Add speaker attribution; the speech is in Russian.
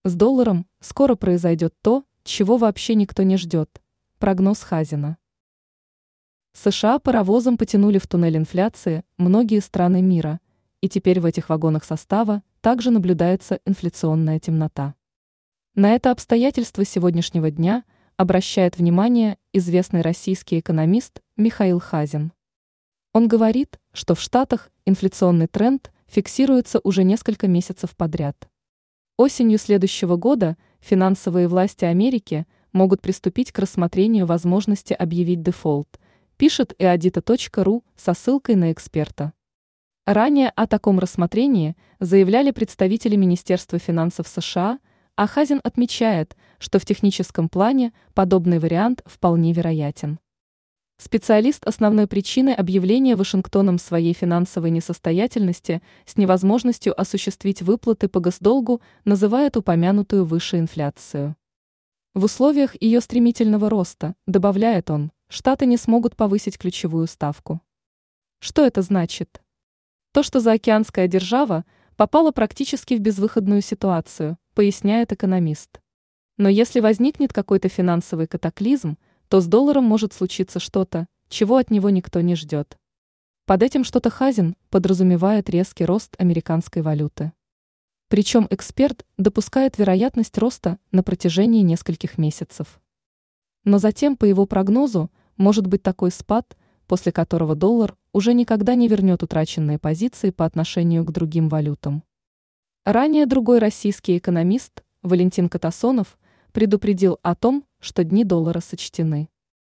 Speaker 1: С долларом скоро произойдет то, чего вообще никто не ждет. Прогноз Хазина. США паровозом потянули в туннель инфляции многие страны мира, и теперь в этих вагонах состава также наблюдается инфляционная темнота. На это обстоятельство сегодняшнего дня обращает внимание известный российский экономист Михаил Хазин. Он говорит, что в Штатах инфляционный тренд фиксируется уже несколько месяцев подряд. Осенью следующего года финансовые власти Америки могут приступить к рассмотрению возможности объявить дефолт, пишет eadita.ru со ссылкой на эксперта. Ранее о таком рассмотрении заявляли представители Министерства финансов США, а Хазин отмечает, что в техническом плане подобный вариант вполне вероятен. Специалист основной причиной объявления Вашингтоном своей финансовой несостоятельности с невозможностью осуществить выплаты по госдолгу называет упомянутую выше инфляцию. В условиях ее стремительного роста, добавляет он, Штаты не смогут повысить ключевую ставку. Что это значит? То, что заокеанская держава попала практически в безвыходную ситуацию, поясняет экономист. Но если возникнет какой-то финансовый катаклизм, то с долларом может случиться что-то, чего от него никто не ждет. Под этим что-то Хазин подразумевает резкий рост американской валюты. Причем эксперт допускает вероятность роста на протяжении нескольких месяцев. Но затем, по его прогнозу, может быть такой спад, после которого доллар уже никогда не вернет утраченные позиции по отношению к другим валютам. Ранее другой российский экономист Валентин Катасонов предупредил о том, что дни доллара сочтены.